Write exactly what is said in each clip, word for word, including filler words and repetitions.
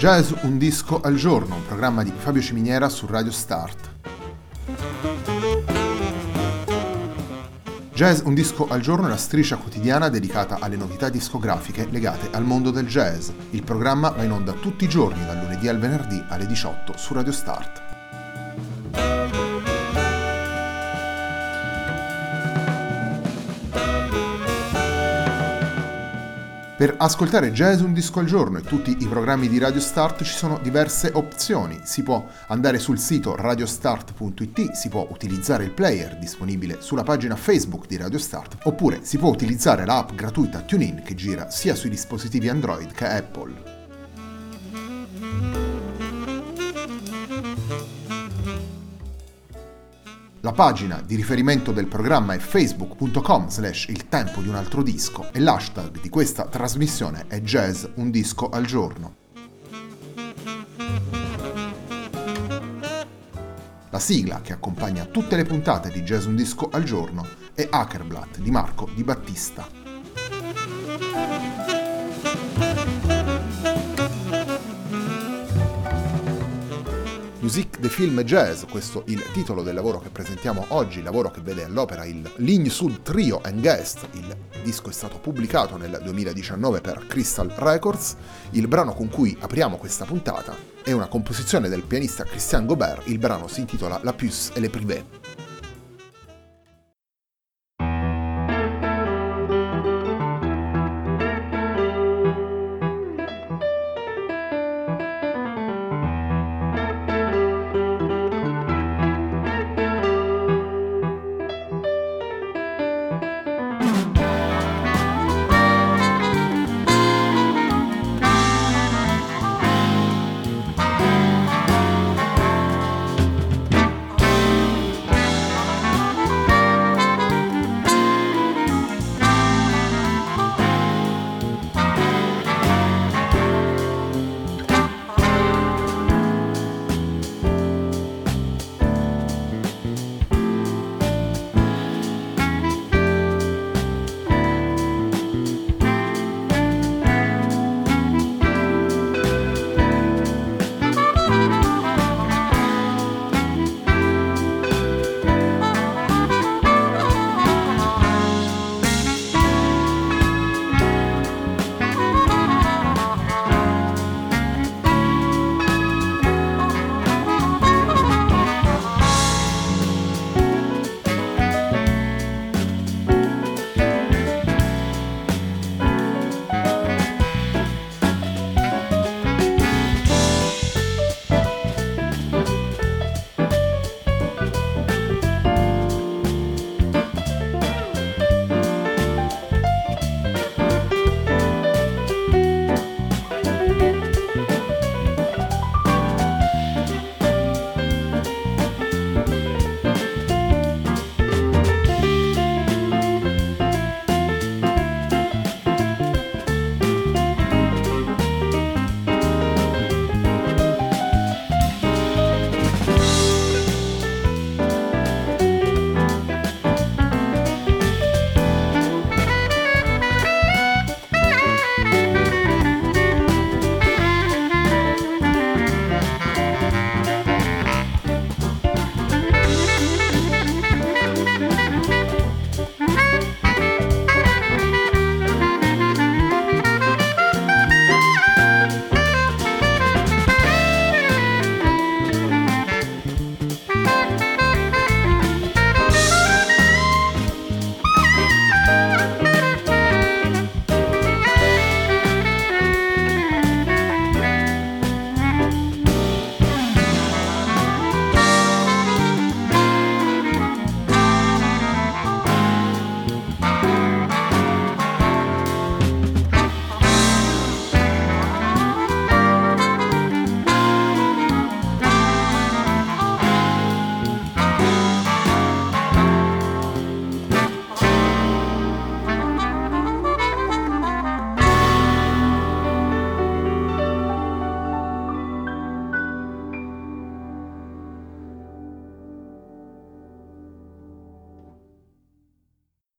Jazz un disco al giorno, un programma di Fabio Ciminiera su Radio Start. Jazz un disco al giorno è la striscia quotidiana dedicata alle novità discografiche legate al mondo del jazz. Il programma va in onda tutti i giorni, dal lunedì al venerdì alle diciotto su Radio Start. Per ascoltare Jazz un disco al giorno e tutti i programmi di Radio Start ci sono diverse opzioni. Si può andare sul sito radiostart punto it, si può utilizzare il player disponibile sulla pagina Facebook di Radio Start, oppure si può utilizzare l'app gratuita TuneIn che gira sia sui dispositivi Android che Apple. La pagina di riferimento del programma è facebook punto com slash il tempo di un altro disco e l'hashtag di questa trasmissione è Jazz un disco al giorno. La sigla che accompagna tutte le puntate di Jazz un disco al giorno è Ackerblatt di Marco Di Battista. Musique de film jazz, questo è il titolo del lavoro che presentiamo oggi, lavoro che vede all'opera il Ligne Sud Trio and Guest. Il disco è stato pubblicato nel duemiladiciannove per Crystal Records. Il brano con cui apriamo questa puntata è una composizione del pianista Christian Gobert. Il brano si intitola La Puce et le Privé.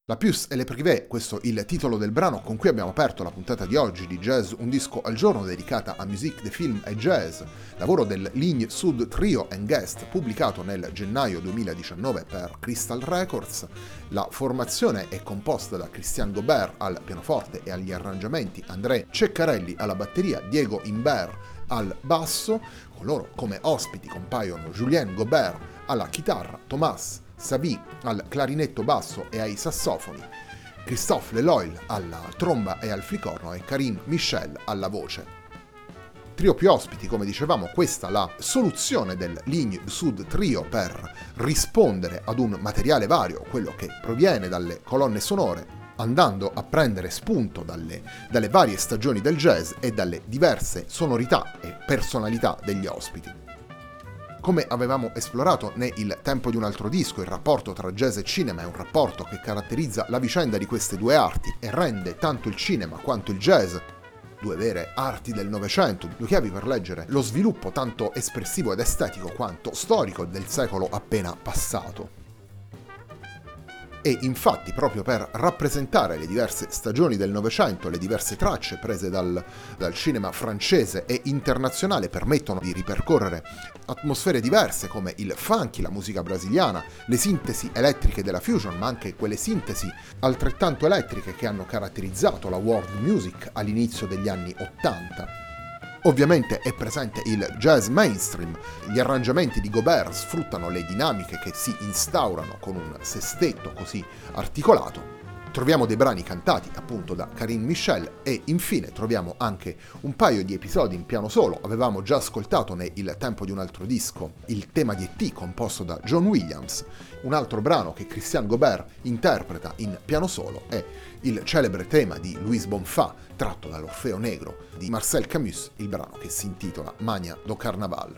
La Puce et le Privé, questo è il titolo del brano con cui abbiamo aperto la puntata di oggi di Jazz Un Disco al Giorno dedicata a musique de film e jazz, lavoro del Ligne Sud Trio and Guest pubblicato nel gennaio duemiladiciannove per Crystal Records. La formazione è composta da Christian Gobert al pianoforte e agli arrangiamenti, André Ceccarelli alla batteria, Diego Imbert al basso. Con loro come ospiti compaiono Julien Gobert alla chitarra, Thomas Savy al clarinetto basso e ai sassofoni, Christophe Leloil alla tromba e al flicorno e Karim Michel alla voce. Trio più ospiti, come dicevamo, questa la soluzione del Ligne Sud Trio per rispondere ad un materiale vario, quello che proviene dalle colonne sonore, andando a prendere spunto dalle, dalle varie stagioni del jazz e dalle diverse sonorità e personalità degli ospiti. Come avevamo esplorato ne Il tempo di un altro disco, il rapporto tra jazz e cinema è un rapporto che caratterizza la vicenda di queste due arti e rende tanto il cinema quanto il jazz, due vere arti del Novecento, due chiavi per leggere lo sviluppo tanto espressivo ed estetico quanto storico del secolo appena passato. E infatti, proprio per rappresentare le diverse stagioni del Novecento, le diverse tracce prese dal, dal cinema francese e internazionale permettono di ripercorrere atmosfere diverse come il funky, la musica brasiliana, le sintesi elettriche della fusion, ma anche quelle sintesi altrettanto elettriche che hanno caratterizzato la world music all'inizio degli anni Ottanta. Ovviamente è presente il jazz mainstream, gli arrangiamenti di Gobert sfruttano le dinamiche che si instaurano con un sestetto così articolato. Troviamo dei brani cantati appunto da Karim Michel e infine troviamo anche un paio di episodi in piano solo. Avevamo già ascoltato ne Il tempo di un altro disco il tema di E T composto da John Williams. Un altro brano che Christian Gobert interpreta in piano solo è il celebre tema di Louis Bonfa tratto dall'Orfeo Negro di Marcel Camus, il brano che si intitola Mania do Carnaval.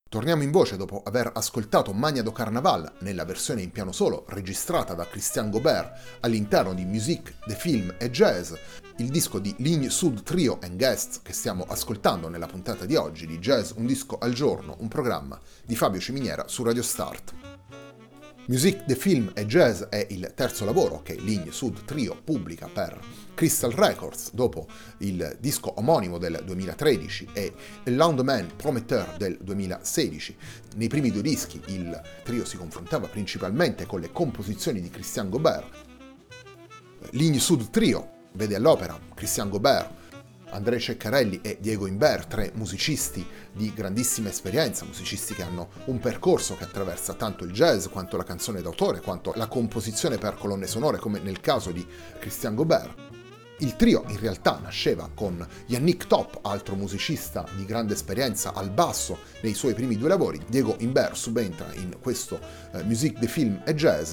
Torniamo in voce dopo aver ascoltato Magna do Carnaval nella versione in piano solo registrata da Christian Gobert all'interno di Musique de Film e Jazz, il disco di Ligne Sud Trio and Guests che stiamo ascoltando nella puntata di oggi di Jazz Un Disco al Giorno, un programma di Fabio Ciminiera su Radio Start. Musique de Film e Jazz è il terzo lavoro che Ligne Sud Trio pubblica per Crystal Records dopo il disco omonimo del duemilatredici e il Lendemain Prometteur del duemilasedici. Nei primi due dischi il trio si confrontava principalmente con le composizioni di Christian Gobert. Ligne Sud Trio vede all'opera Christian Gobert, Andrei Ceccarelli e Diego Imbert, tre musicisti di grandissima esperienza, musicisti che hanno un percorso che attraversa tanto il jazz quanto la canzone d'autore, quanto la composizione per colonne sonore, come nel caso di Christian Gobert. Il trio in realtà nasceva con Yannick Top, altro musicista di grande esperienza al basso nei suoi primi due lavori. Diego Imbert subentra in questo eh, Musique de Film e Jazz.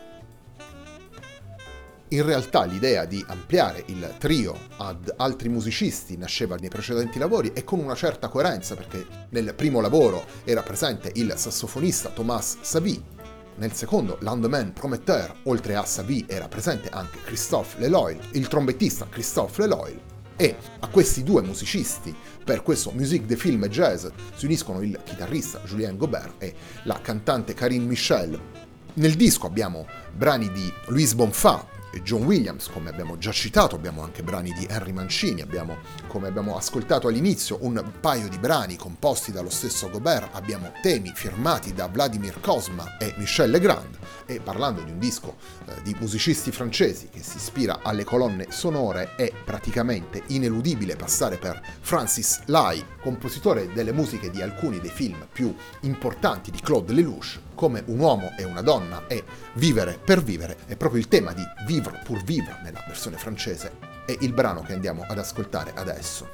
In realtà l'idea di ampliare il trio ad altri musicisti nasceva nei precedenti lavori e con una certa coerenza, perché nel primo lavoro era presente il sassofonista Thomas Savy, nel secondo Lendemain Prometteur oltre a Savy era presente anche Christophe Leloil, il trombettista Christophe Leloil, e a questi due musicisti per questo Musique de Film e Jazz si uniscono il chitarrista Julien Gobert e la cantante Karine Michel. Nel disco abbiamo brani di Louise Bonfa e John Williams, come abbiamo già citato, abbiamo anche brani di Henry Mancini, abbiamo, come abbiamo ascoltato all'inizio, un paio di brani composti dallo stesso Gobert, abbiamo temi firmati da Vladimir Cosma e Michel Legrand, e parlando di un disco eh, di musicisti francesi che si ispira alle colonne sonore, è praticamente ineludibile passare per Francis Lai, compositore delle musiche di alcuni dei film più importanti di Claude Lelouch, come Un uomo e una donna e Vivere per vivere. È proprio il tema di Vivre pour vivre nella versione francese, è il brano che andiamo ad ascoltare adesso.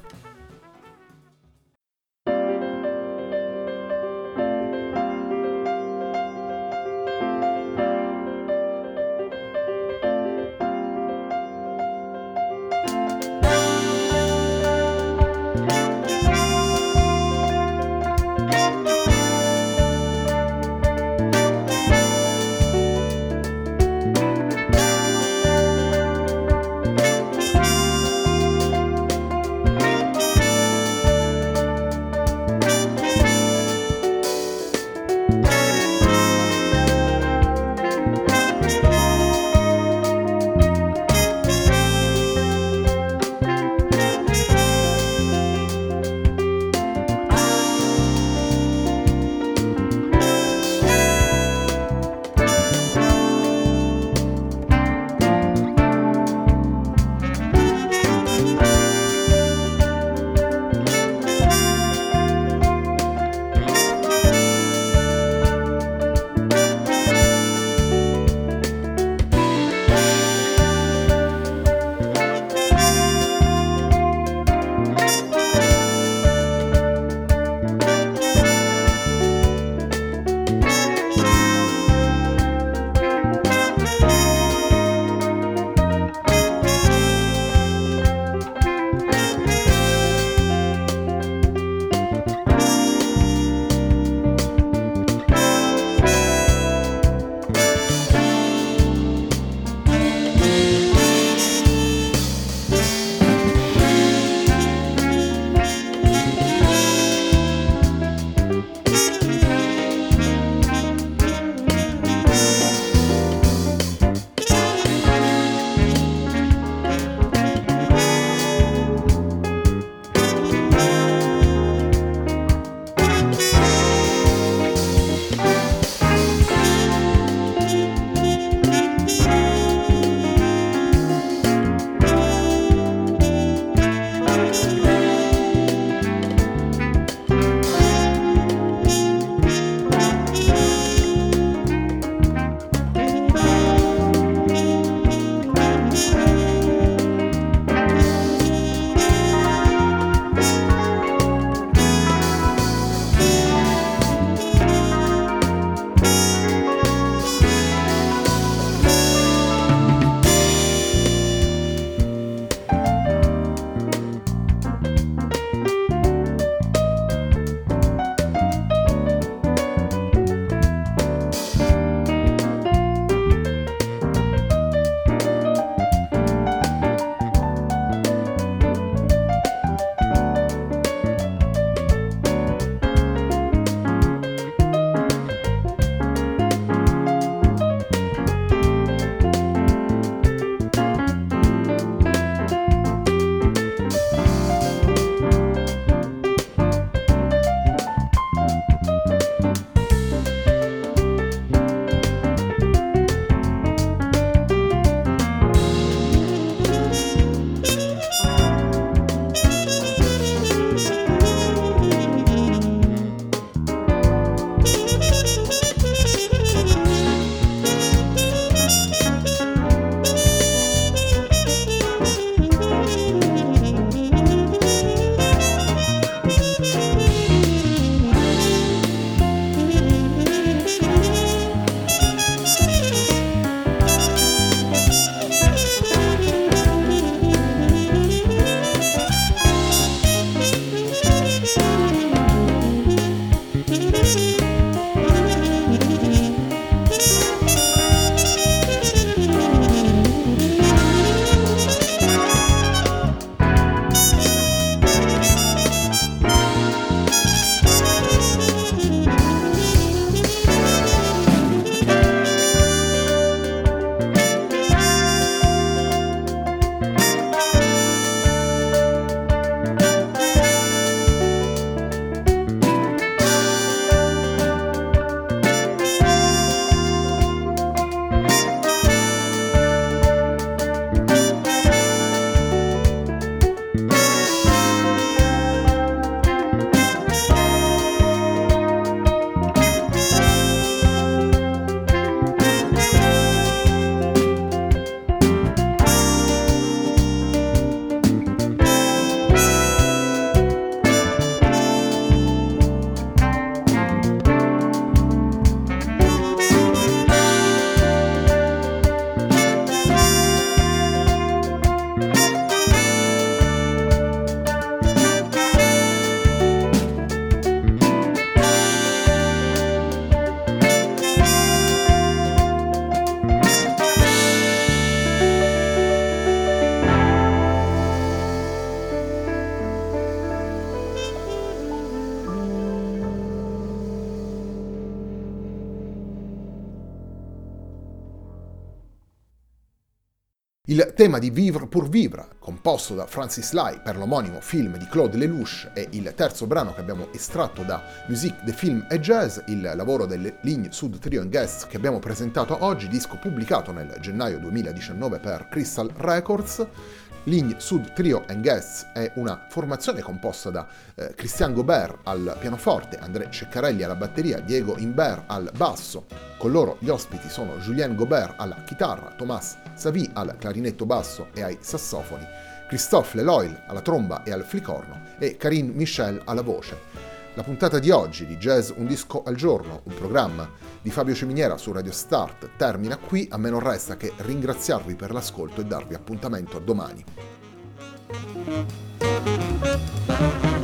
Il tema di Vivre pour Vivre, composto da Francis Lai per l'omonimo film di Claude Lelouch, è il terzo brano che abbiamo estratto da Musique de Film et Jazz, il lavoro delle Ligne Sud Trio and Guests che abbiamo presentato oggi, disco pubblicato nel gennaio duemiladiciannove per Crystal Records. Ligne Sud Trio and Guests è una formazione composta da eh, Christian Gobert al pianoforte, André Ceccarelli alla batteria, Diego Imbert al basso. Con loro gli ospiti sono Julien Gobert alla chitarra, Thomas Savy al clarinetto basso e ai sassofoni, Christophe Leloil alla tromba e al flicorno e Karine Michel alla voce. La puntata di oggi di Jazz Un Disco al Giorno, un programma di Fabio Ciminiera su Radio Start, termina qui. A me non resta che ringraziarvi per l'ascolto e darvi appuntamento a domani.